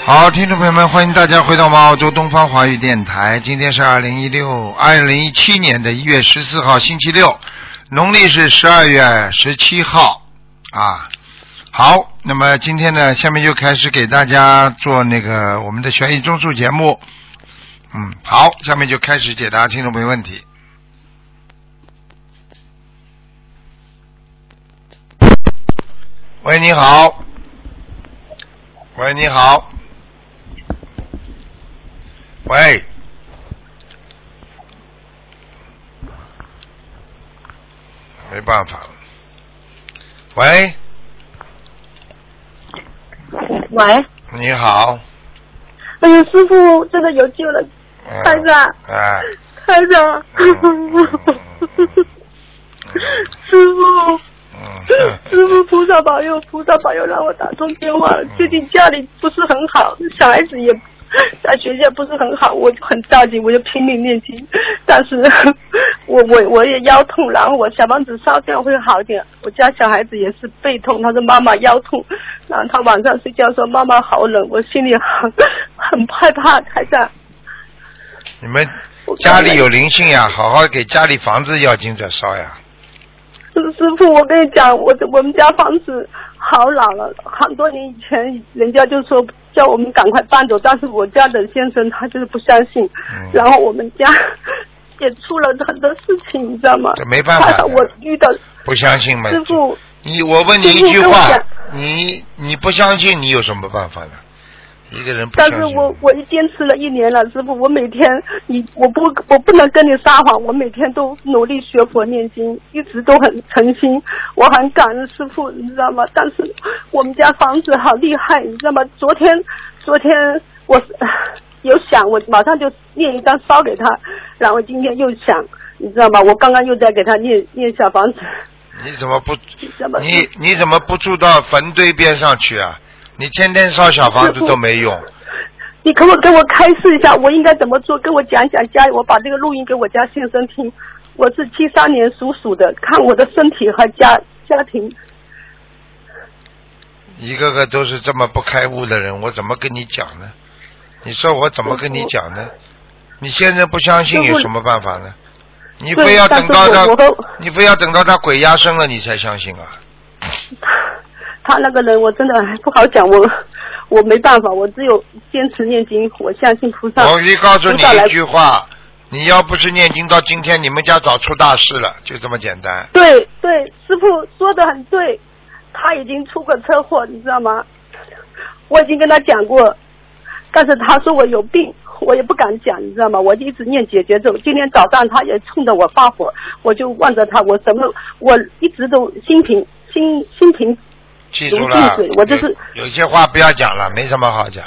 好，听众朋友们，欢迎大家回到我们澳洲东方华语电台。今天是2017年的1月14号，星期六，农历是12月17号啊。好，那么今天呢，下面就开始给大家做那个我们的悬疑综述节目。好，下面就开始解答听众朋友问题。喂，你好。喂，你好。喂，没办法了。喂， 喂， 你好。 哎呀，师傅，真的有救了，台长，台长，师傅。师父菩萨保佑，菩萨保佑，让我打通电话了。最近家里不是很好，小孩子也在学校不是很好，我就很着急，我就拼命念经。但是我也腰痛，然后我小房子烧掉会好一点。我家小孩子也是背痛，他说妈妈腰痛，然后他晚上睡觉说妈妈好冷，我心里很害怕。台长， 你们家里有灵性呀，好好给家里房子要经者烧呀。 师傅，我跟你讲，我们家房子好老了，很多年以前人家就说叫我们赶快搬走，但是我家的先生他就是不相信，然后我们家也出了很多事情，你知道吗？ 这没办法， 我遇到不相信吗？ 师傅， 我问你一句话，你不相信，你有什么办法呢？一个人不相信。 但是我已坚持了1年了，师傅，我每天我不能跟你撒谎，我每天都努力学佛念经，一直都很诚心，我很感恩师傅，你知道吗？但是我们家房子好厉害，你知道吗？昨天我有想，我马上就念一张烧给他，然后今天又想，你知道吗？我刚刚又在给他念小房子。 你怎么不住到坟堆边上去啊？你天天烧小房子都没用。 你可不可以给我开示一下，我应该怎么做？跟我讲讲家里，我把这个录音给我家先生听。我是73年属鼠的，看我的身体和家庭。 一个个都是这么不开悟的人，我怎么跟你讲呢？你说我怎么跟你讲呢？你现在不相信有什么办法呢？你非要等到他鬼压身了你才相信啊？ 他那个人我真的不好讲，我没办法，我只有坚持念经，我相信菩萨。 我可以告诉你一句话，你要不是念经到今天，你们家早出大事了，就这么简单。 对，师父说得很对，他已经出过车祸，你知道吗？我已经跟他讲过，但是他说我有病，我也不敢讲，你知道吗？我一直念解结咒，今天早上他也冲着我发火，我就望着他，我一直都心平。 记住了， 我就是有些话不要讲了，没什么好讲。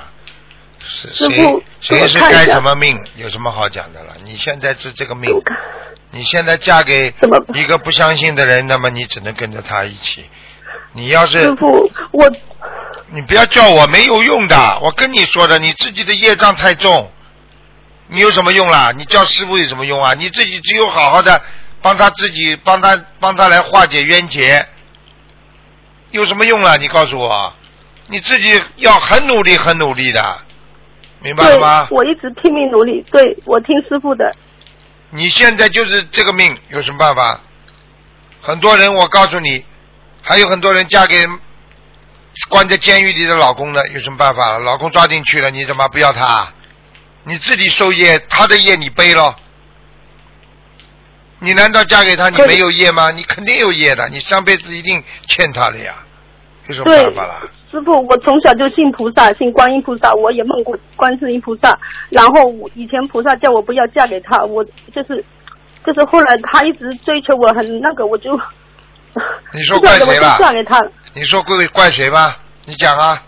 谁是该什么命，有什么好讲的了？你现在是这个命，你现在嫁给一个不相信的人，那么你只能跟着他一起。你要是师父， 你不要叫我，没有用的。我跟你说的，你自己的业障太重，你有什么用啦？你叫师父有什么用啊？你自己只有好好的帮他来化解冤结。有什么用啊？你告诉我，你自己要很努力的，明白了吗？ 对，我一直拼命努力，对，我听师父的。 你现在就是这个命，有什么办法？很多人，我告诉你，还有很多人嫁给关在监狱里的老公的，有什么办法？老公抓进去了，你怎么不要他？你自己受业，他的业你背咯。你难道嫁给他你没有业吗？你肯定有业的，你上辈子一定欠他的呀，有什么办法啦？ 师父，我从小就信菩萨，信观音菩萨，我也梦过观世音菩萨，然后以前菩萨叫我不要嫁给他，我就是后来他一直追求我很那个，我就你说怪谁了？ 嫁给他。 你说怪谁吧？你讲啊。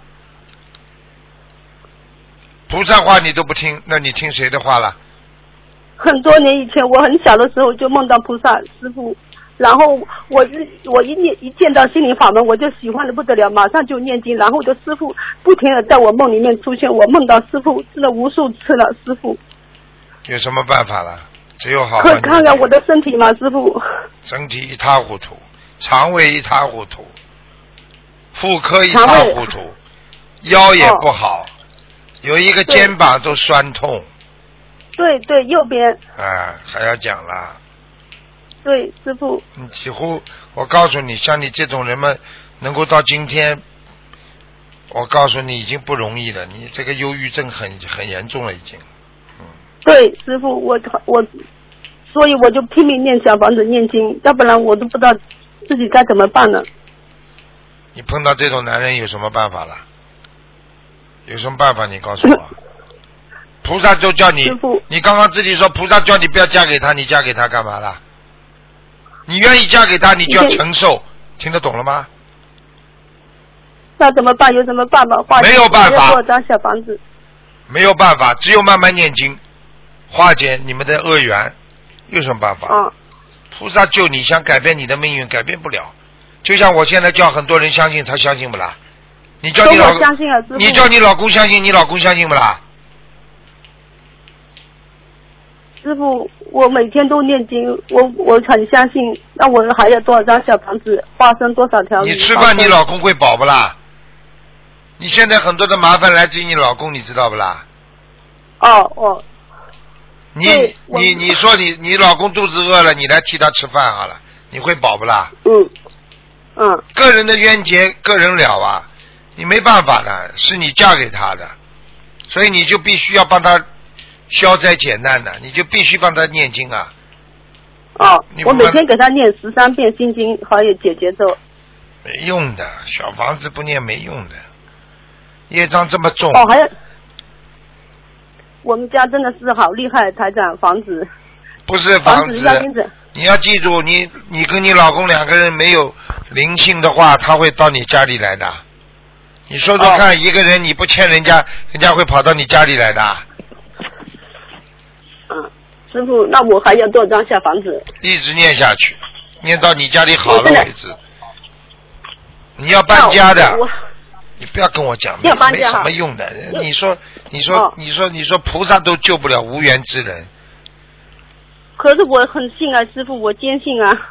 菩萨话你都不听，那你听谁的话了？ 很多年以前，我很小的时候就梦到菩萨师父，然后我一见到心灵法门，我就喜欢的不得了，马上就念经，然后我的师父不停的在我梦里面出现，我梦到师父真的无数次了，师父。 有什么办法了？只有好好可看看我的身体吗，师父？ 身体一塌糊涂，肠胃一塌糊涂，妇科一塌糊涂，腰也不好， 有一个肩膀都酸痛。 对对，右边。 啊，还要讲啦。 对，师傅。 几乎，我告诉你，像你这种人们能够到今天，我告诉你已经不容易了。你这个忧郁症很严重了，已经。 对，师傅，我，所以我就拼命念小房子念经，要不然我都不知道自己该怎么办了。 你碰到这种男人有什么办法了？有什么办法？你告诉我。菩萨就叫你，你刚刚自己说菩萨叫你不要嫁给他，你嫁给他干嘛了？你愿意嫁给他，你就要承受，听得懂了吗？ 那怎么办？有什么办法？ 没有办法。 多张小房子。 没有办法，只有慢慢念经，化解你们的恶缘，有什么办法？菩萨救你，想改变你的命运，改变不了。就像我现在叫很多人相信，他相信不啦？你叫你老公，你叫你老公相信，你老公相信不啦？ 师傅，我每天都念经，我很相信。那我还要多少张小房子？花生多少条鱼？ 你吃饭，你老公会饱不啦？你现在很多的麻烦来自于你老公，你知道不啦？ 哦。 你说你老公肚子饿了，你来替他吃饭好了，你会饱不啦？个人的冤结，个人了啊，你没办法的，是你嫁给他的，所以你就必须要帮他消灾解难的，你就必须帮他念经啊。 我每天给他念13遍心经，还有解结咒。 没用的，小房子不念没用的，业障这么重。 还有，我们家真的是好厉害，台长，房子。 不是房子，你要记住，你跟你老公两个人没有灵性的话，他会到你家里来的。你说说看，一个人你不欠人家，人家会跑到你家里来的。 师傅，那我还要多少张小房子？ 一直念下去，念到你家里好了为止。你要搬家的，你不要跟我讲，没什么用的。你说菩萨都救不了无缘之人。 可是我很信啊，师傅，我坚信啊。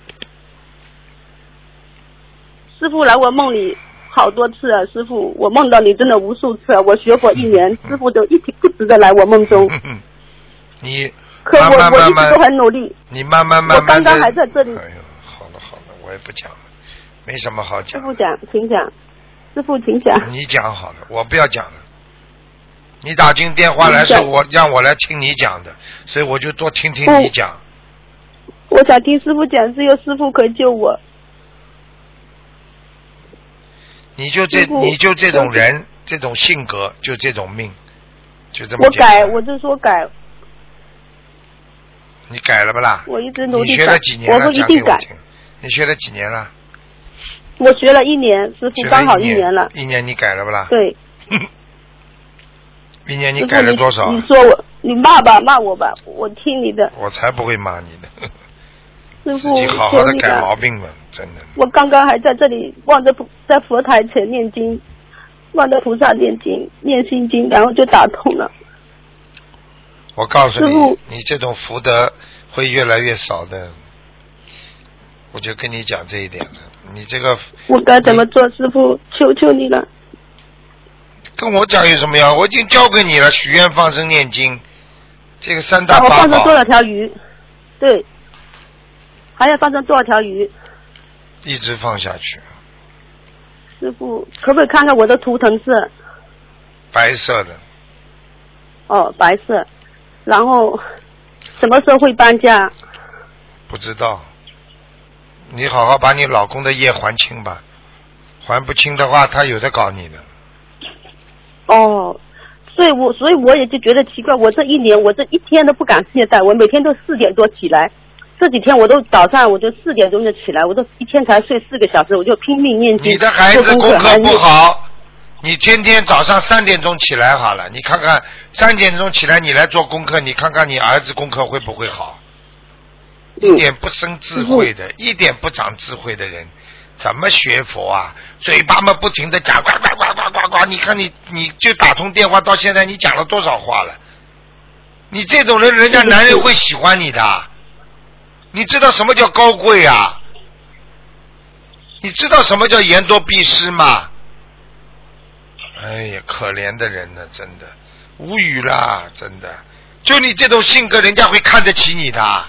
师傅来我梦里好多次啊，师傅，我梦到你真的无数次啊，我学佛1年，师傅都一直不时的来我梦中。可我一直都很努力。 你慢慢我刚刚还在这里。 哎呦，好了，我也不讲了，没什么好讲。 师傅讲，请讲。师傅请讲。 你讲好了，我不要讲了。你打进电话来是让我来听你讲的，所以我就多听听你讲。 我想听师傅讲，只有师傅可以救我。 你就这种人，这种性格，就这种命，就这么简单。 我就说改。 你改了不啦？ 我一直努力改。 你学了几年了？ 我说一定改。 你学了几年了？ 我学了1年，师傅刚好1年了。 1年你改了不啦？ 对。 1年你改了多少？ 你说你骂我吧，我听你的。 我才不会骂你的。 师傅， 你好好的改毛病吧，真的。 我刚刚还在这里望着在佛台前念经，望着菩萨念经，念心经，然后就打通了。 我告诉你，你这种福德会越来越少的，我就跟你讲这一点了。你这个我该怎么做？师傅，求求你了。 跟我讲有什么用？我已经教给你了，许愿、放生、念经，这个3大法宝。 我放生多少条鱼？对，还要放生多少条鱼？ 一直放下去。 师傅，可不可以看看我的图腾色？ 白色的。 白色。然后什么时候会搬家？ 不知道。你好好把你老公的业还清吧，还不清的话，他有的搞你的。 所以我也就觉得奇怪，我这1年我这一天都不敢懈怠，我每天都4点多起来，这几天我都早上我就4点钟就起来，我都一天才睡4个小时，我就拼命念经。 你的孩子功课不好，你天天早上3点钟起来好了，你看看3点钟起来你来做功课，你看看你儿子功课会不会好？一点不生智慧的，一点不长智慧的人，怎么学佛啊？嘴巴嘛不停的讲，呱呱呱呱呱呱！你看你就打通电话到现在，你讲了多少话了？你这种人，人家男人会喜欢你的。你知道什么叫高贵啊？你知道什么叫言多必失吗？ 哎呀，可怜的人呢，真的无语啦，真的。就你这种性格，人家会看得起你的。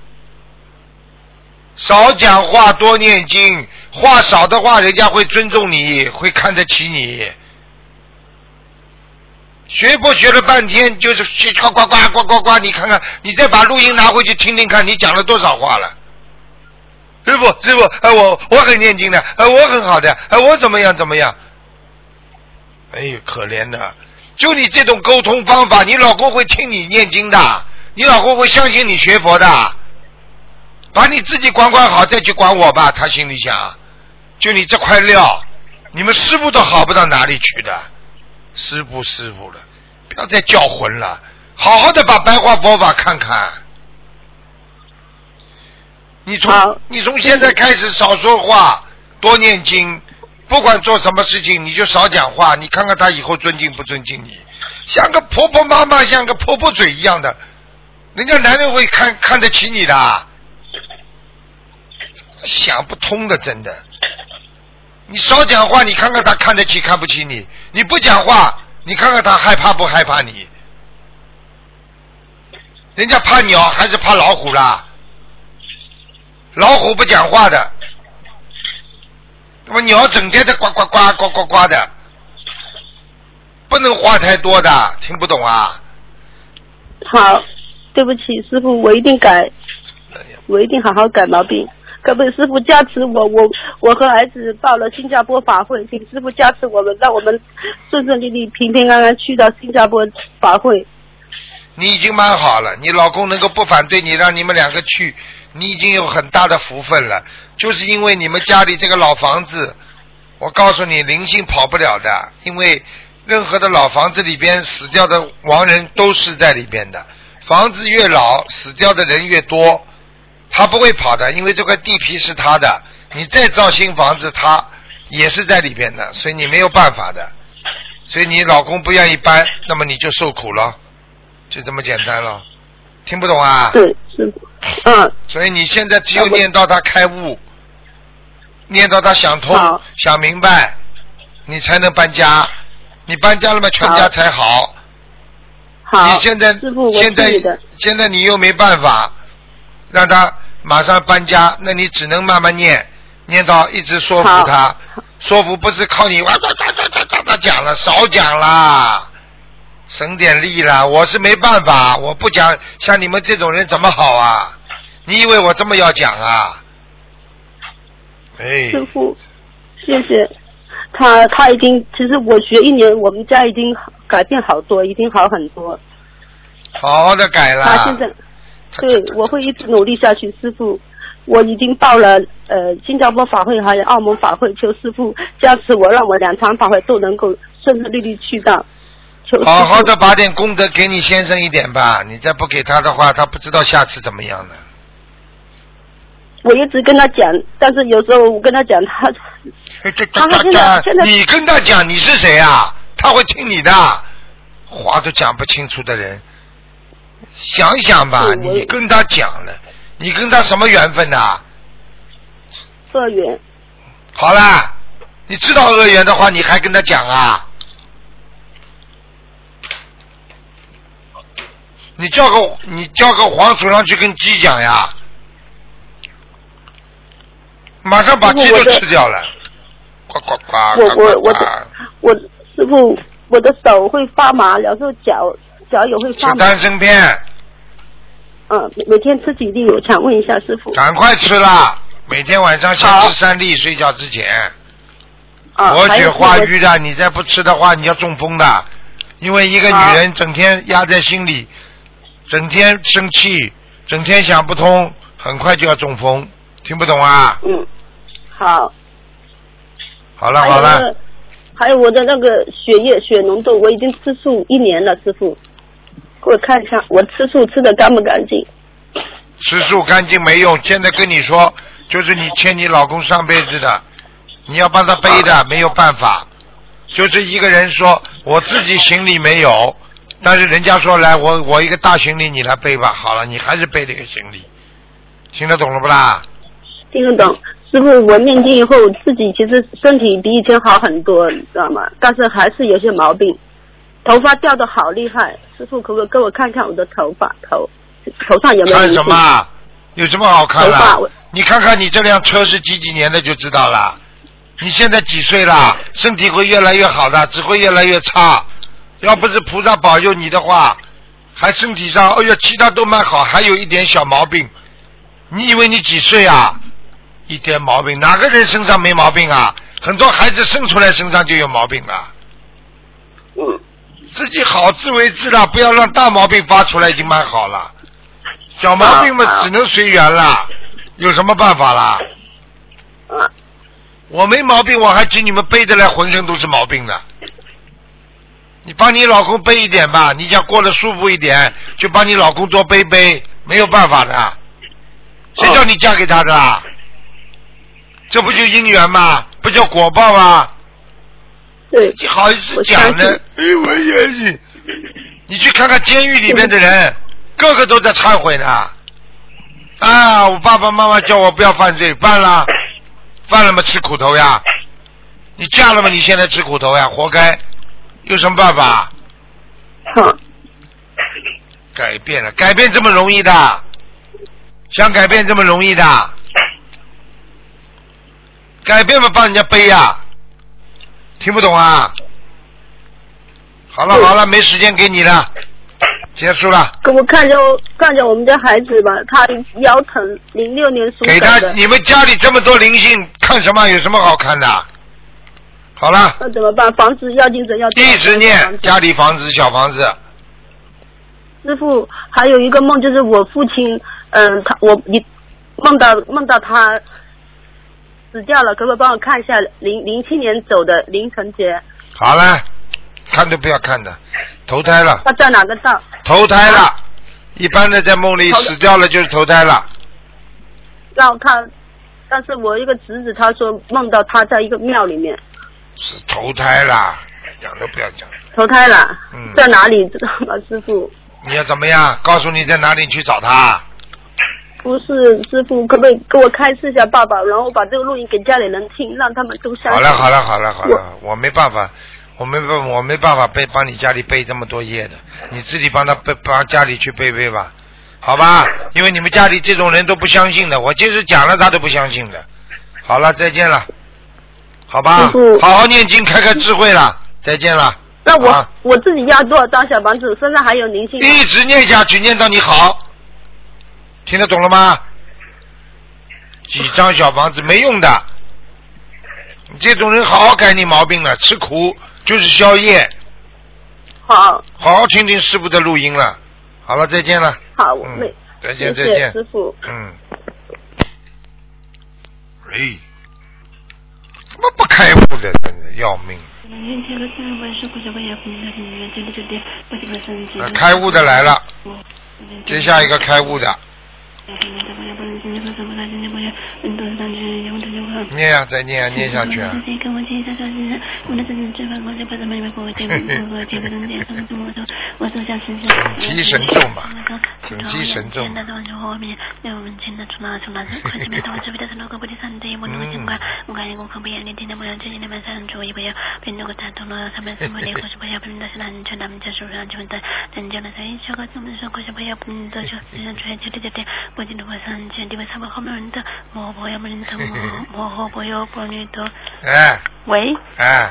少讲话，多念经，话少的话，人家会尊重你，会看得起你。学佛学了半天，就是呱呱呱呱呱呱，你看看，你再把录音拿回去听听看，你讲了多少话了？师傅，我很念经的，我很好的，我怎么样？哎呦，可怜的，就你这种沟通方法，你老公会听你念经的，你老公会相信你学佛的，把你自己管好，再去管我吧。他心里想，就你这块料，你们师傅都好不到哪里去的。师傅了，不要再叫魂了，好好的把白话佛法看看。你从现在开始少说话，多念经，不管做什么事情你就少讲话，你看看他以后尊敬不尊敬你，像个婆婆妈妈，像个婆婆嘴一样的，人家男人会看得起你的，想不通的，真的。你少讲话，你看看他看得起看不起你，你不讲话，你看看他害怕不害怕你，人家怕鸟还是怕老虎啦？老虎不讲话的，那么鸟整天在呱呱呱呱呱呱的，不能话太多的，听不懂啊？ 好，对不起师傅，我一定改，我一定好好改毛病。可不可以师傅加持我和儿子报了新加坡法会，请师傅加持我们，让我们顺顺利利平平安安去到新加坡法会。 你已经蛮好了，你老公能够不反对你让你们两个去，你已经有很大的福分了。就是因为你们家里这个老房子，我告诉你灵性跑不了的，因为任何的老房子里边死掉的亡人都是在里边的，房子越老死掉的人越多，他不会跑的，因为这块地皮是他的，你再造新房子他也是在里边的，所以你没有办法的。所以你老公不愿意搬，那么你就受苦了，就这么简单了。听不懂啊？ 对，师傅。 所以你现在只有念到他开悟，念到他想通想明白，你才能搬家。你搬家了嘛，全家才好。 好。 你现在师傅，我记得。 现在你又没办法让他马上搬家，那你只能慢慢念到一直说服他。说服不是靠你哇讲了，少讲啦，省点力啦。我是没办法，我不讲，像你们这种人怎么好啊？你以为我这么要讲啊？哎， 师傅，谢谢。他已经，其实我学1年，我们家已经改变好多，已经好很多。 好好的改了。 他现在。对，我会一直努力下去，师傅。我已经报了新加坡法会还有澳门法会，求师傅加持我，让我2场法会都能够顺顺利利去到。求师父好好的把点功德给你先生一点吧，你再不给他的话，他不知道下次怎么样的。 我一直跟他讲，但是有时候我跟他讲，他现在你跟他讲你是谁啊？他会听你的，话都讲不清楚的人。想想吧，你跟他讲了，你跟他什么缘分呐？ 恶缘。 好啦，你知道恶缘的话，你还跟他讲啊？你叫个黄鼠狼去跟鸡讲呀，马上把鸡都吃掉了。呱呱呱！ 我师傅，我的手会发麻，有时候脚也会发麻。吃丹参片。 每天吃几粒？我想问一下师傅。 赶快吃啦！每天晚上先吃3粒，睡觉之前。活血化瘀的，你再不吃的话，你要中风的。因为一个女人整天压在心里，整天生气，整天想不通，很快就要中风。听不懂啊？ 好。 好了。 还有我的那个血浓度，我已经吃素1年了，师傅。给我看一下，我吃素吃的干不干净？ 吃素干净没用，现在跟你说，就是你欠你老公上辈子的，你要帮他背的，没有办法。就是一个人说我自己行李没有，但是人家说来我一个大行李你来背吧，好了，你还是背这个行李，听得懂了不啦？ 听得懂。 师傅，我念经以后，自己其实身体比以前好很多，你知道吗？但是还是有些毛病，头发掉得好厉害。师傅，可不可以给我看看我的头发，头上有没有灵性？ 看什么？有什么好看的？ 头发你看看你这辆车是几年的就知道了。你现在几岁了？身体会越来越好的，只会越来越差。要不是菩萨保佑你的话，还身体上，哎呀，其他都蛮好，还有一点小毛病。你以为你几岁啊？一点毛病，哪个人身上没毛病啊？很多孩子生出来身上就有毛病了。自己好自为之了，不要让大毛病发出来，已经蛮好了。小毛病嘛，只能随缘了，有什么办法啦？我没毛病，我还请你们背得来，浑身都是毛病的。你帮你老公背一点吧，你想过得舒服一点，就帮你老公多背背，没有办法的。谁叫你嫁给他的啊？这不就姻缘吗？不叫果报吗？ 对， 你好意思讲呢？我也是。你去看看监狱里面的人，个个都在忏悔呢。啊，我爸爸妈妈叫我不要犯罪，犯了嘛，吃苦头呀。你嫁了嘛，你现在吃苦头呀，活该。有什么办法？改变了，改变这么容易的？想改变这么容易的？改变嘛，帮人家背呀。听不懂啊？好了，没时间给你了，结束了。 给我看着我们家孩子吧，他腰疼，06年属狗的。 给他，你们家里这么多灵性，看什么？有什么好看的？好了。 那怎么办？房子要精神要。 一直念家里房子小房子。 师傅，还有一个梦，就是我父亲，你梦到他死掉了，可不可以帮我看一下07年走的林晨杰？ 好了，看都不要看的，投胎了。 他在哪个道？ 投胎了，一般的在梦里死掉了就是投胎了。 然后但是我一个侄子他说梦到他在一个庙里面。 是投胎了，讲都不要讲。 投胎了，在哪里知道吗，师傅？ 你要怎么样？告诉你在哪里去找他。 不是，师傅，可不可以给我开示一下爸爸，然后把这个录音给家里人听，让他们都相信。好了，我没办法，我没办法帮你家里背这么多页的，你自己帮家里去背吧，好吧？因为你们家里这种人都不相信的，我即使讲了他都不相信的。好了，再见了，好吧？好好念经，开智慧了，再见了。 那我自己要多少张小房子？身上还有灵性。 一直念下去，念到你好。听得懂了吗？几张小房子没用的，你这种人好好改你毛病了，吃苦就是宵夜。好好听听师傅的录音了。好了，再见了。 好， 再见， 谢谢师傅。 怎么不开悟的，真的要命。开悟的来了，接下一个开悟的。念呀，再念呀，念下去啊。准提神咒嘛，准提神咒。 喂。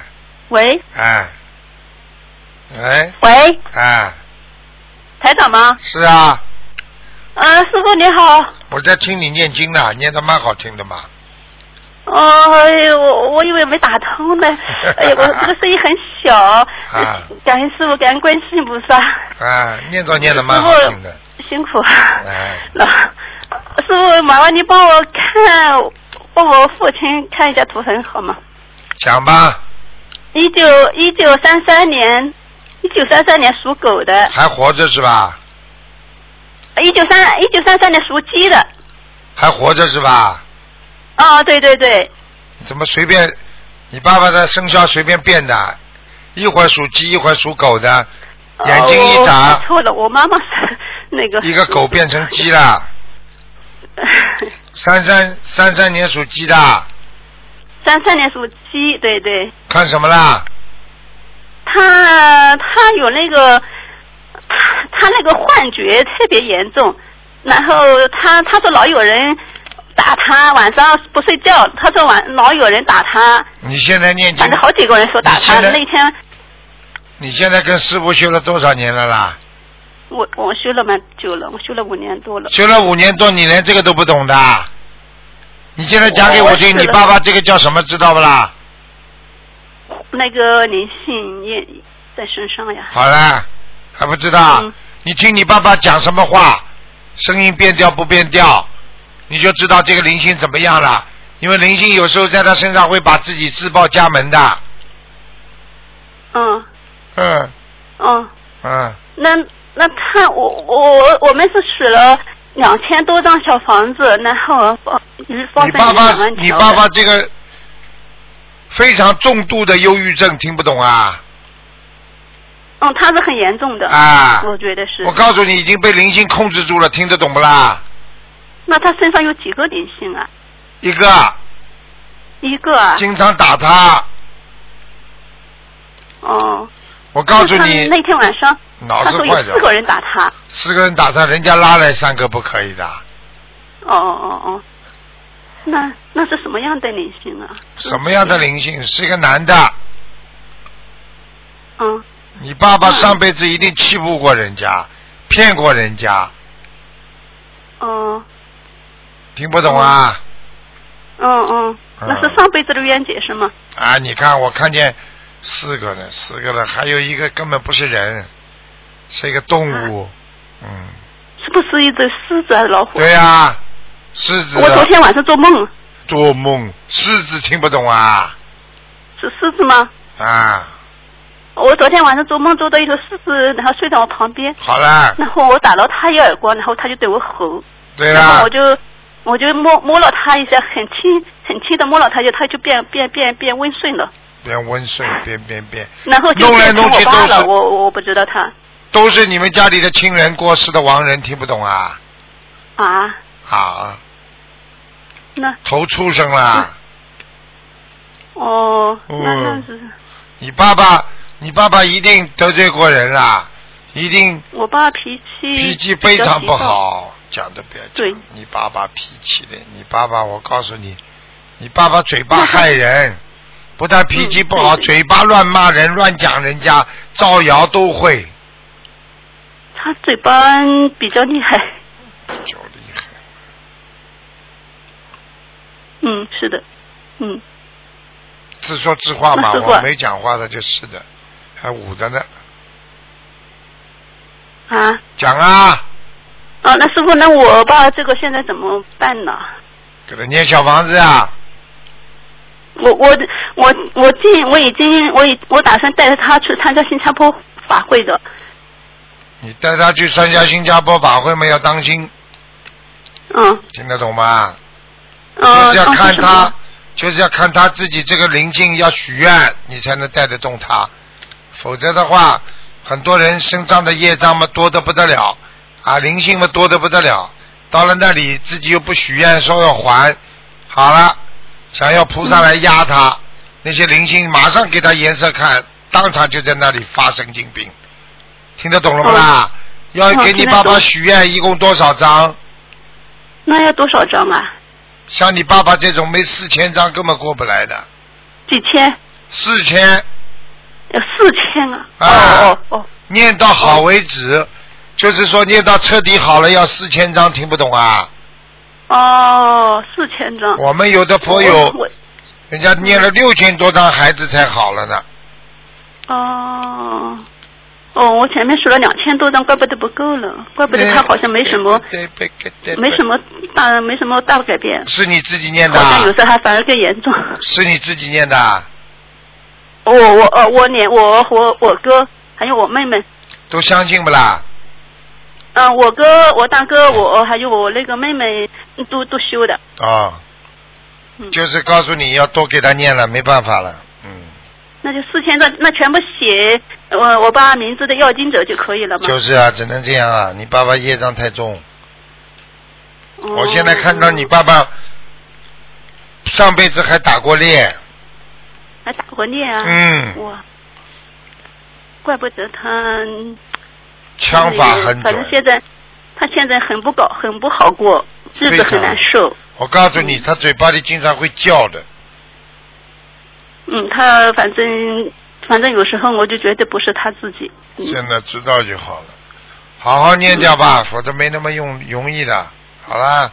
台长吗？ 是啊。 师傅你好。 我在听你念经呢，念得蛮好听的嘛。 哎呦，我以为没打通呢。哎呦，我这个声音很小。感恩师傅，感恩观世音菩萨。 念得蛮好听的。 辛苦。师傅，麻烦你帮我父亲看一下图腾好吗？ 讲吧。 1933年属狗的。 还活着是吧 ？1933年属鸡的。 还活着是吧？ 对对对。 怎么随便？你爸爸的生肖随便变的，一会儿属鸡，一会儿属狗的，眼睛一眨。 错了，我妈妈是那个。 一个狗变成鸡了。 33年属鸡的。 33年属鸡，对对。 看什么啦？ 他有那个他那个幻觉特别严重，然后他说老有人打他，晚上不睡觉，他说老有人打他。 你现在念经， 反正好几个人说打他。那天你现在跟师傅修了多少年了啦？ 我修了蛮久了，我修了5年多了。 修了5年多，你连这个都不懂的？你现在讲给我听，你爸爸这个叫什么知道不啦？ 那个灵性也在身上呀。 好了，还不知道？你听你爸爸讲什么话，声音变调不变调，你就知道这个灵性怎么样了。因为灵性有时候在他身上会把自己自报家门的。 那他我们是使了2000多张小房子，然后你爸爸这个非常重度的忧郁症，听不懂啊？ 他是很严重的我觉得是。 我告诉你，已经被灵性控制住了，听得懂不啦？ 那他身上有几个灵性啊？ 一个啊。经常打他。我告诉你， 那天晚上脑子坏掉了。 他说有4个人打他。 4个人打他，人家拉来3个不可以的。 那是什么样的灵性啊？ 什么样的灵性？是一个男的。你爸爸上辈子一定欺负过人家，骗过人家。听不懂啊？ 那是上辈子的冤结是吗？ 你看我看见4个了，还有一个根本不是人，是一个动物。 是不是一只狮子还是老虎？ 对呀，狮子。 我昨天晚上做梦。 狮子听不懂啊？ 是狮子吗？我昨天晚上做梦做到一头狮子，然后睡在我旁边。 好了。 然后我打了他一耳光，然后他就对我吼。 对了。 然后我就摸了他一下，很轻的摸了他一下，他就变温顺了。 变温顺，变。 然后就变成我爸了，我不知道他。 都是你们家里的亲人过世的亡人，听不懂啊？那投畜生啦。 那是。 你爸爸一定得罪过人啦，一定。 我爸脾气非常不好，讲都不要讲。 对。 你爸爸脾气的，你爸爸我告诉你，你爸爸嘴巴害人，不但脾气不好，嘴巴乱骂人、乱讲人家、造谣都会。 他嘴巴比较厉害。是的。 自说自话嘛，我没讲话的就是的，还捂着呢。讲啊。 那师傅，那我爸这个现在怎么办呢？ 给他念小房子啊。 我打算带着他去参加新加坡法会的。 你带他去参加新加坡法会吗？要当心。听得懂吗？就是要看他自己这个灵性要许愿，你才能带得动他。否则的话，很多人身上的业障嘛多得不得了灵性嘛多得不得了。到了那里自己又不许愿，说要还，好了，想要菩萨来压他，那些灵性马上给他颜色看，当场就在那里发神经病。听得懂了不啦？要给你爸爸许愿，一共多少张？ 那要多少张啊？ 像你爸爸这种没4000张根本过不来的。 几千 ？4000。 有4000啊！ 念到好为止，就是说念到彻底好了要4000张，听不懂啊 ？4000张。 我们有的佛友，人家念了6000多张孩子才好了呢。 我前面说了2000多张，怪不得不够了，怪不得他好像没什么大的改变。 是你自己念的？ 好像有时候还反而更严重。 是你自己念的？ 我念，我哥还有我妹妹。 都相信不啦？ 我哥、我大哥、我还有我那个妹妹都修的。 就是告诉你要多给他念了，没办法了。 那就4000张，那全部写我爸名字的要经者就可以了吗？ 就是啊，只能这样啊，你爸爸业障太重。 我现在看到你爸爸上辈子还打过猎。 还打过猎啊？哇，怪不得他枪法很准。 反正他现在很不好过，日子很难受。 我告诉你，他嘴巴里经常会叫的。 他反正有时候我就觉得不是他自己。 现在知道就好了，好好念掉吧，否则没那么容易的。好了。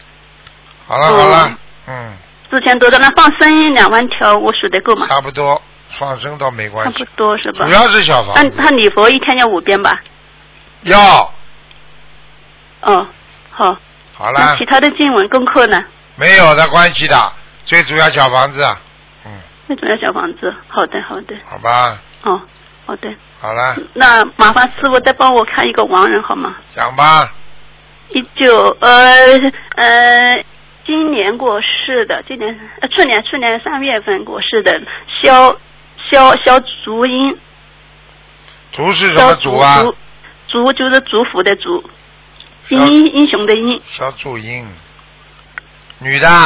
之前都在那放生2万条，我数得够吗？ 差不多，放生倒没关系。 差不多是吧？ 主要是小房子。 他礼佛一天要5遍吧？ 要。 哦，好。 好了。 那其他的经文功课呢？ 没有的关系的，最主要小房子。 最主要小房子，好的。 好吧。 哦，好的。 好了。 那麻烦师傅再帮我看一个亡人好吗？ 讲吧。 今年过世的，去年3月份过世的肖竹英。 竹是什么竹啊？ 竹就是祝福的竹，英雄的英。 肖竹英，女的。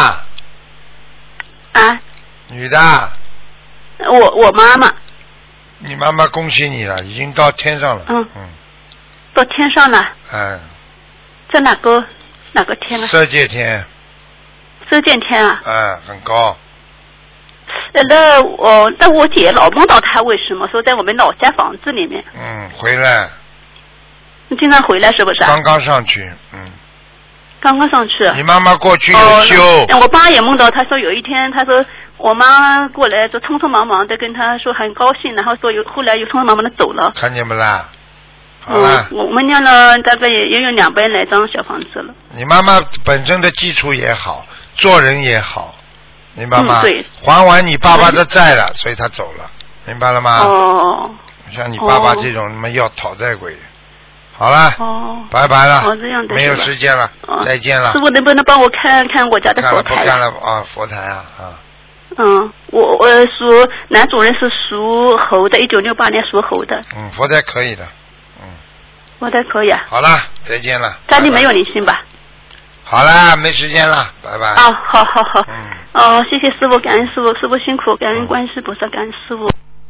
啊。 女的。 我妈妈。 你妈妈恭喜你了，已经到天上了。 到天上了。在哪个天啊？ 色界天。 色界天啊。 很高。 那我姐老梦到她，为什么说在我们老家房子里面？ 回来。 你经常回来是不是？ 刚刚上去。 刚刚上去。 你妈妈过去有修。 我爸也梦到，他说有一天，他说我妈过来就匆匆忙忙的跟他说很高兴，然后说后来又匆匆忙忙的走了。 看见不啦？好了。 我们念了大概也有200来张小房子了。 你妈妈本身的基础也好，做人也好，明白吗？ 对。 还完你爸爸的债了，所以他走了，明白了吗？像你爸爸这种什么要讨债鬼。好了。拜拜了。 这样的。 没有时间了。再见了。 师傅能不能帮我看看我家的佛台？ 看了啊，佛台啊。 我男主人是属猴的，1968年属猴的。 佛台可以的。 佛台可以啊。 好了，再见了。 家里没有灵性吧？ 好了，没时间了，拜拜。 好。谢谢师傅，感恩师傅，师傅辛苦，感恩观世菩萨，感恩师傅。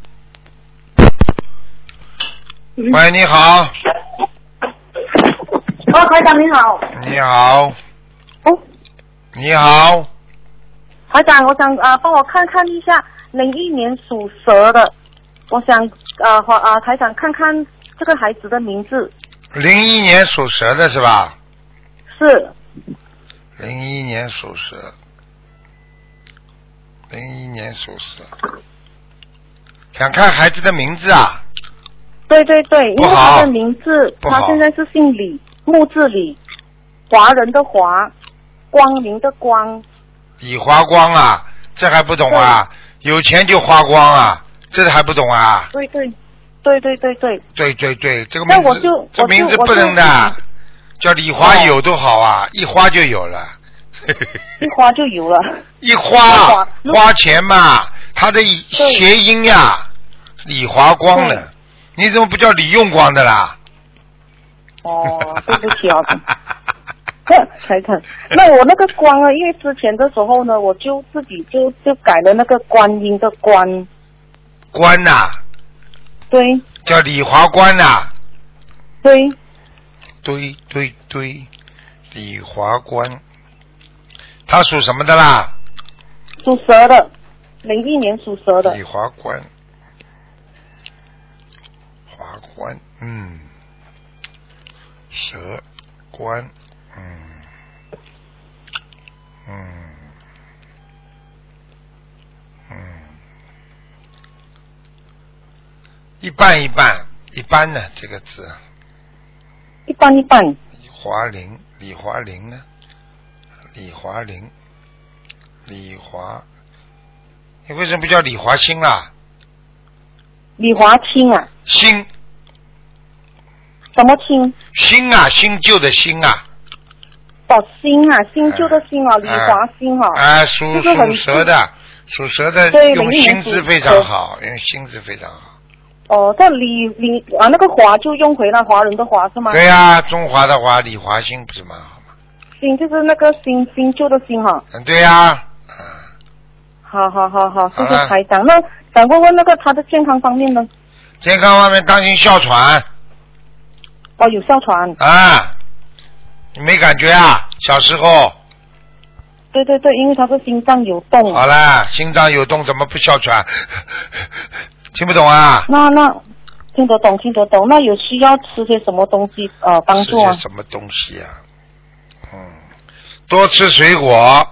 喂，你好。 台长你好。 你好。你好。 台长，我想帮我看看一下01年属蛇的，我想台长看看这个孩子的名字。 01年属蛇的是吧？ 是。 01年属蛇。01年属蛇。想看孩子的名字啊？ 对，因为他的名字，他现在是姓李，木字李，华人的华，光明的光。 李华光啊，这还不懂啊？有钱就花光啊，这还不懂啊？ 对， 这个名字，这名字不能的，叫李华有都好啊，一花就有了。 一花就有了。 一花钱嘛，它的谐音呀，李华光的，你怎么不叫李用光的啦？ 对不起啊。财产，那我那个光啊，因为之前的时候呢，我就自己就改了那个观音的观。 观呐。 对。 叫李华观呐。 对。 李华观。他属什么的啦？ 属蛇的，01年属蛇的。 李华观。蛇观。一半一半，一般呢这个字。 一般。 李华林呢？李华，你为什么不叫李华兴啦？ 李华清啊。 兴。 什么清？ 新啊，新旧的新啊。 新啊，新旧的新啊，李华兴啊。 属蛇的，用新字非常好，用新字非常好。 这那个华就用回了华人的华是吗？ 对呀，中华的华，李华兴不是蛮好吗？ 新就是那个新旧的新哈。 对呀。 好，谢谢台长。那想问问那个他的健康方面呢？ 健康方面当心哮喘。 哦，有哮喘。 啊，你没感觉啊？小时候。 对，因为他是心脏有动。 好了，心脏有动怎么不哮喘？听不懂啊？ 那听得懂。那有需要吃些什么东西帮助啊？ 吃些什么东西啊？多吃水果。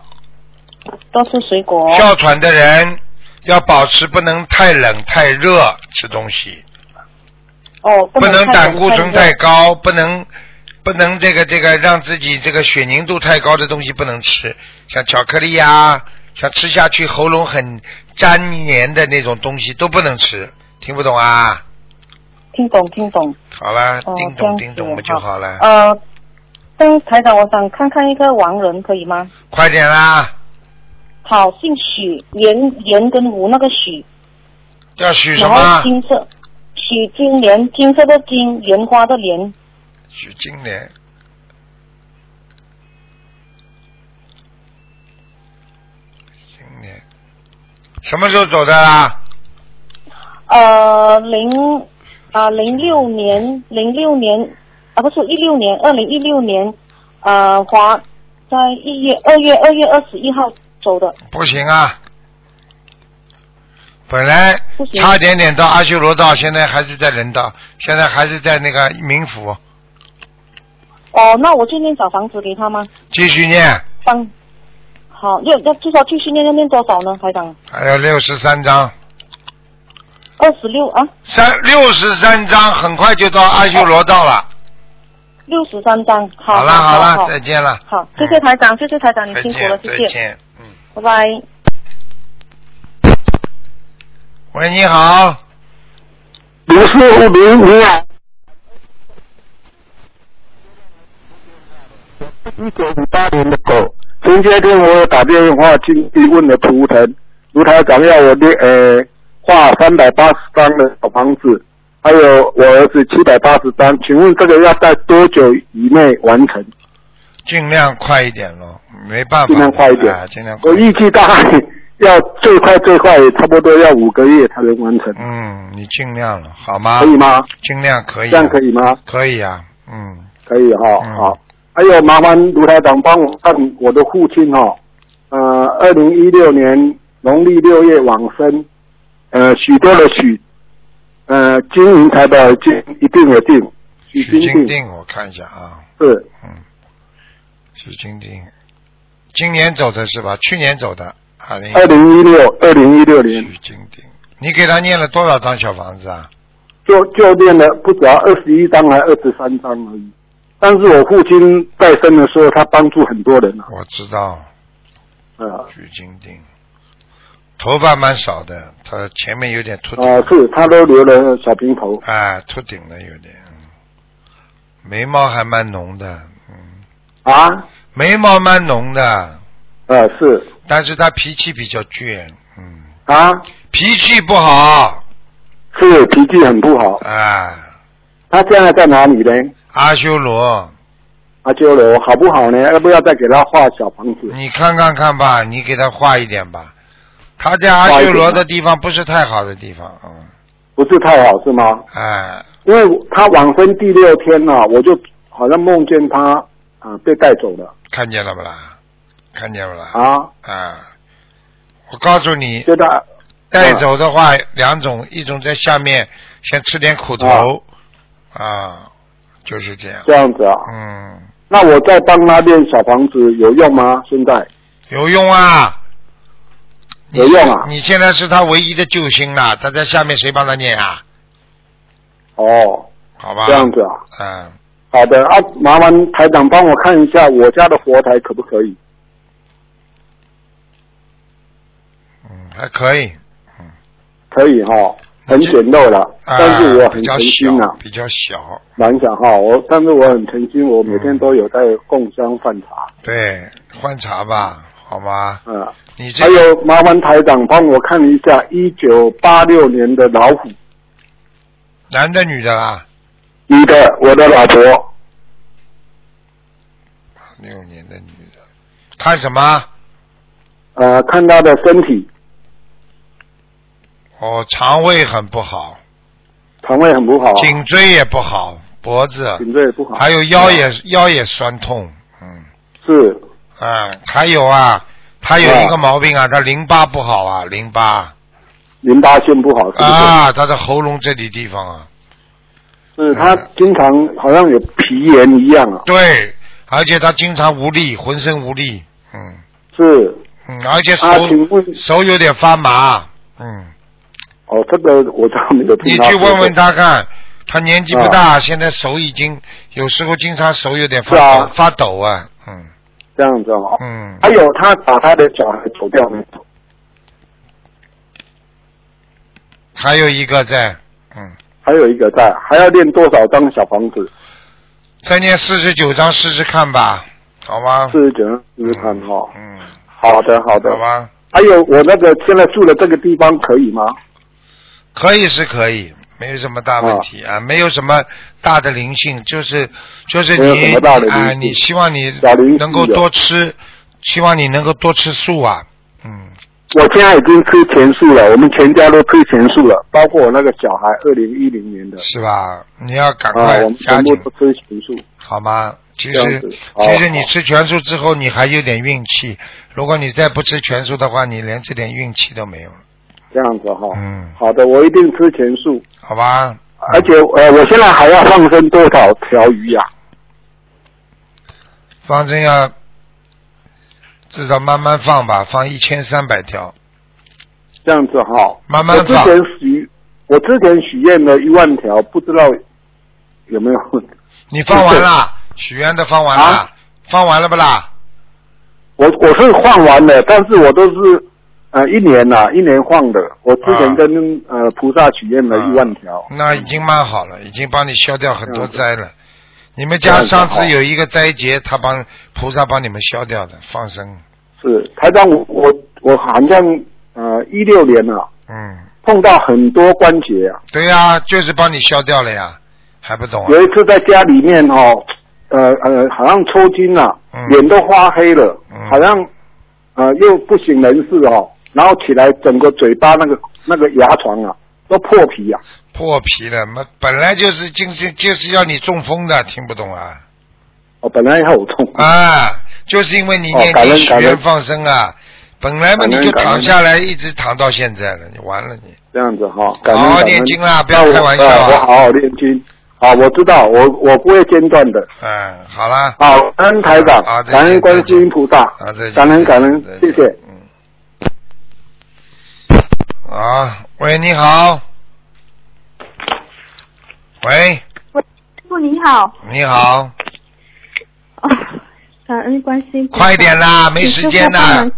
哮喘的人要保持不能太冷太热吃东西。不能胆固醇太高，不能这个让自己这个血凝度太高的东西不能吃，像巧克力啊，像吃下去喉咙很粘黏的那种东西都不能吃，听不懂啊？ 听懂。好了，听懂不就好了？ 台长，我想看看一个亡人，可以吗？ 快点啦！ 好，姓许，言跟吴那个许。 叫许什么？ 然后金色，许金莲，金色的金，莲花的莲。 许金莲。什么时候走的啦 ？06年不是16年，2016年在2月21号走的。 不行啊，本来差一点到阿修罗道，现在还是在人道，现在还是在那个冥府。 那我就念小房子给他吗？ 继续念。 好，要至少继续念，要念多少呢，台长？ 还有63章。 26啊 ？63章，很快就到阿修罗道了。 63章， 好了，再见了。 好，谢谢台长，你辛苦了，谢谢。 再见， 拜拜。 喂，你好。 卢师傅，你好。1958年的狗，前些天我打电话进去问了图腾，卢台长要我画380张的小房子，还有我儿子780张，请问这个要在多久以内完成？ 尽量快一点咯，没办法。 尽量快一点， 尽量快。 我预计大概要最快也差不多要5个月才能完成。 你尽量了，好吗？ 可以吗？ 尽量可以。 这样可以吗？ 可以啊， 可以哈，好。还有麻烦卢台长帮我看我的父亲2016年农历6月往生，许多的许，金银财宝金，一定的定， 许金定，我看一下啊。 是。 许金定，今年走的是吧？去年走的。 2016年。 许金定，你给他念了多少张小房子啊？ 就念了不只要21张还23张而已。但是我父亲在生的时候，他帮助很多人啊。 我知道。许金定，头发蛮少的，他前面有点秃顶。 是，他都留了小平头。 秃顶了有点。眉毛还蛮浓的。眉毛蛮浓的。 是。 但是他脾气比较倔。脾气不好。 是，脾气很不好。他现在在哪里呢？ 阿修罗好不好呢？要不要再给他画小房子？ 你看看吧，你给他画一点吧。他在阿修罗的地方不是太好的地方。 不是太好是吗？因为他往生第6天我就好像梦见他被带走了。 看见了不啦？我告诉你，带走的话2种，一种在下面先吃点苦头就是这样。 这样子啊。那我再帮他练小房子有用吗？现在有用啊。 有用啊。 你现在是他唯一的救星了，他在下面谁帮他念啊？好吧。 这样子啊。好的麻烦台长帮我看一下我家的佛台可不可以？ 还可以。 可以很简陋了，但是我很诚心比较小， 蛮小但是我很诚心，我每天都有在供香换茶。 对，换茶吧，好吗？ 还有麻烦台长帮我看一下1986年的老虎。 男的女的啦？ 女的，我的老婆。 6年的女的，看什么？ 看她的身体。 哦，肠胃很不好。 肠胃很不好。 颈椎也不好，脖子。 颈椎也不好。 还有腰也酸痛， 是。 还有他有一个毛病他淋巴不好淋巴腺不好是不是？他的喉咙这里地方是他经常好像有皮炎一样对，而且他经常无力，浑身无力， 是， 而且手有点发麻， 这个我倒没有听到。 你去问问他看，他年纪不大，现在手已经有时候经常手有点发抖这样子还有他把他的小孩走掉没有？ 还有一个在， 还有一个在，还要练多少张小房子？ 再念49张试试看吧，好吗 ？49张试试看好的， 好吧。 还有我那个现在住的这个地方可以吗？ 可以是可以，没有什么大问题没有什么大的灵性，就是你希望你能够多吃，希望你能够多吃素我现在已经吃全素了，我们全家都吃全素了，包括我那个小孩2010年的。 是吧？你要赶快我们全部都吃全素， 好吗？其实你吃全素之后，你还有点运气。如果你再不吃全素的话，你连这点运气都没有了。 这样子好的，我一定吃全素， 好吧？ 而且我现在还要放生多少条鱼放生要至少慢慢放吧，放1300条。 这样子慢慢放。 我之前许愿了1万条，不知道有没有？ 你放完了？许愿的放完了？放完了不啦？ 我是放完了，但是我都是一年放的。我之前跟菩萨许愿了1万条。 那已经蛮好了，已经帮你消掉很多灾了。你们家上次有一个灾劫，菩萨帮你们消掉的，放生。 是台长，我好像16年了，碰到很多关节对呀，就是帮你消掉了呀，还不懂有一次在家里面好像抽筋脸都发黑了，好像又不省人事然后起来整个嘴巴那个牙床都破皮破皮了，本来就是要你中风的，听不懂本来要我中风就是因为你念经许愿放生本来嘛你就躺下来一直躺到现在了，你完了你。 这样子好好念经啦，不要开玩笑我好好念经。我知道，我不会间断的。 好啦。 感恩台长，感恩观世音菩萨，感恩，谢谢。 喂，你好。喂。 师傅你好。 你好。 感恩观世音菩萨。 快点啦，没时间啦。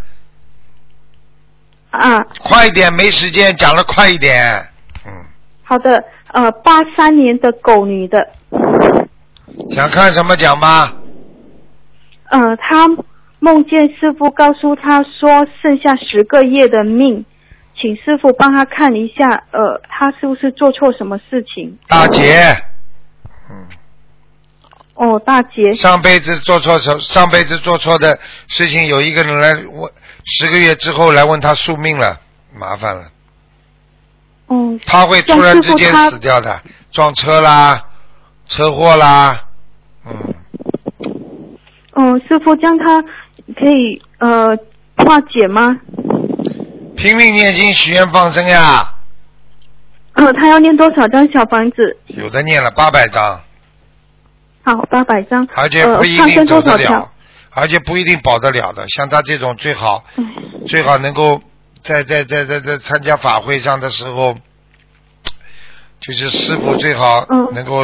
快一点，没时间，讲得快一点。 好的，83年的狗女的。 想看什么讲吧？ 她梦见师傅告诉她说剩下10个月的命，请师傅帮她看一下，她是不是做错什么事情？ 大劫。 大劫。 上辈子做错的事情，有一个人来问，10个月之后来问他宿命了，麻烦了。他会突然之间死掉的，撞车啦，车祸啦。 师傅将他可以化解吗？ 拼命念经许愿放生呀。 他要念多少张小房子？ 有的念了800张。 好，800张。 而且不一定走得了，而且不一定保得了的。像他这种最好能够在参加法会上的时候，就是师父最好能够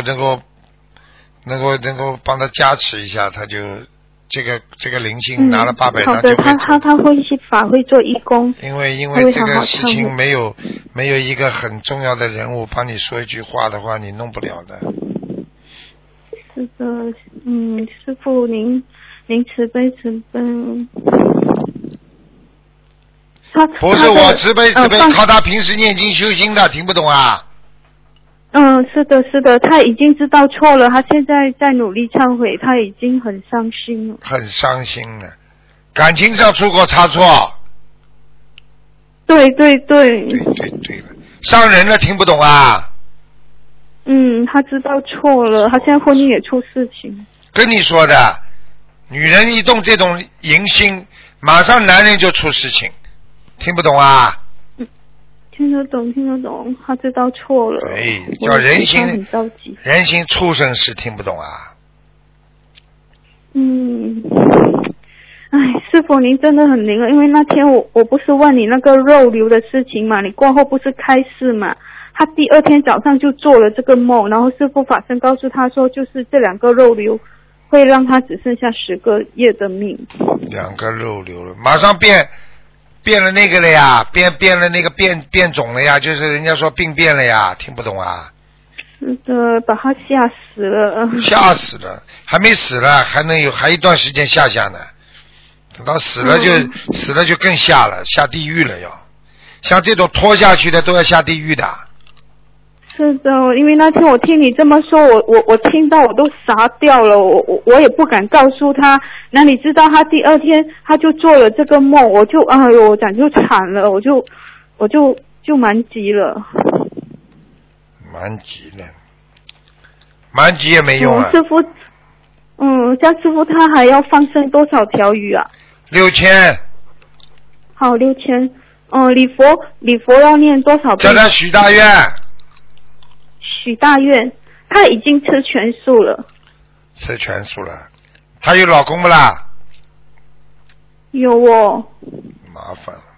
帮他加持一下，他就这个灵性拿了800张就会好的，他会去法会做义工。 因为这个事情没有一个很重要的人物帮你说一句话的话，你弄不了的。 这个师父您慈悲。 不是我慈悲，靠他平时念经修心的，听不懂啊？ 是的，是的，他已经知道错了，他现在在努力忏悔，他已经很伤心了。 很伤心了，感情上出过差错。 对。 对了，伤人了，听不懂啊？ 他知道错了，他现在婚姻也出事情。 跟你说的，女人一动这种淫心，马上男人就出事情，听不懂啊？ 听得懂，他知道错了。 对，叫人心很着急。 人心畜生是听不懂啊？ 师父您真的很灵了，因为那天我不是问你那个肉瘤的事情嘛，你过后不是开示嘛，他第二天早上就做了这个梦，然后师父法身告诉他说，就是这2个肉瘤会让他只剩下10个月的命。 2个肉瘤了，马上变了那个了呀，变了那个变种了呀，就是人家说病变了呀，听不懂啊？ 是的，把他吓死了。吓死了，还没死了，还一段时间吓呢。等到死了就更吓了，下地狱了要。像这种拖下去的都要下地狱的。 是的，因为那天我听你这么说，我听到我都傻掉了，我也不敢告诉他。那你知道他第二天他就做了这个梦，我就我讲就惨了，我就蛮急了。蛮急也没用啊。师父， 叫师父他还要放生多少条鱼啊？6000。好，6000。礼佛要念多少遍？ 叫他许大愿。 许大愿，他已经吃全素了。 吃全素了，他有老公不啦？ 有哦。 麻烦了。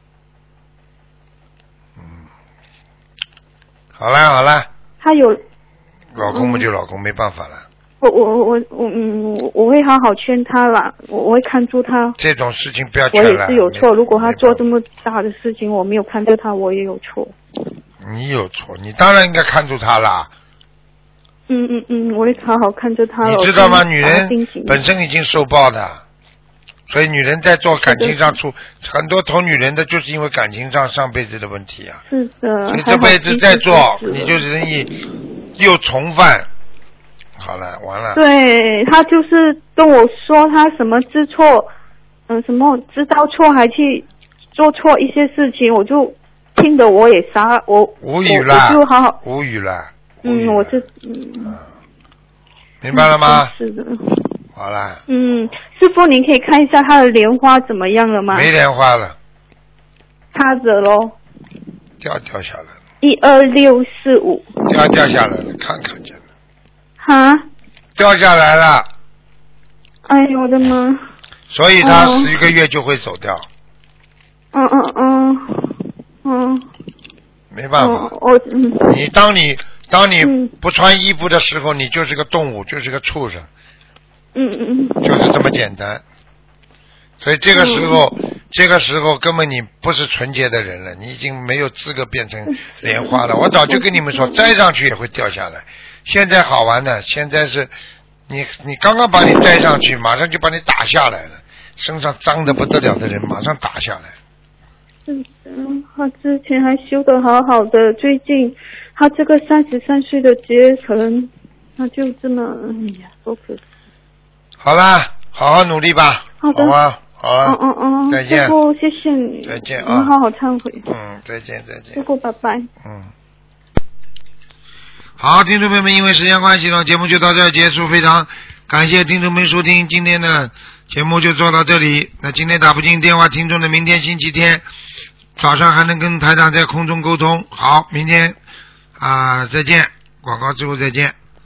好了。 他有。 老公不就老公，没办法了。 我会好好劝他啦，我会看住他。 这种事情不要劝了。 我也是有错，如果他做这么大的事情，我没有看住他，我也有错。 你有错，你当然应该看住他啦。 我会好好看着他。 你知道吗？女人本身已经受报的，所以女人在做感情上出很多投女人的，就是因为感情上上辈子的问题啊。 是的。 你这辈子再做，你就是容易又重犯。好了，完了。对， 他就是跟我说他什么知错，什么知道错还去做错一些事情，我就听得我也傻，我无语了， 我就好好无语了。 我是明白了吗？ 是的。 好了。 师父，您可以看一下他的莲花怎么样了吗？ 没莲花了。 插着咯。 掉下来了。 12645。 掉下来了，看见了。 哈？ 掉下来了。 哎呦我的妈！ 所以他11个月就会走掉。没办法。当你不穿衣服的时候，你就是个动物，就是个畜生。就是这么简单。所以这个时候根本你不是纯洁的人了，你已经没有资格变成莲花了。我早就跟你们说，摘上去也会掉下来。现在好玩的，现在是你刚刚把你摘上去，马上就把你打下来了，身上脏得不得了的人马上打下来。 他之前还修得好好的，最近他这个33岁的劫，可能他就这么多可惜。 好啦，好好努力吧。 好的。 好啊。好啊。再见。 师父，谢谢你。 再见啊。 你好好忏悔。 再见。 师父，拜拜。 好，听众朋友们，因为时间关系呢，节目就到这儿结束。非常感谢听众们收听，今天的节目就做到这里。那今天打不进电话，听众的明天星期天早上还能跟台长在空中沟通。好，明天再见，广告之后再见。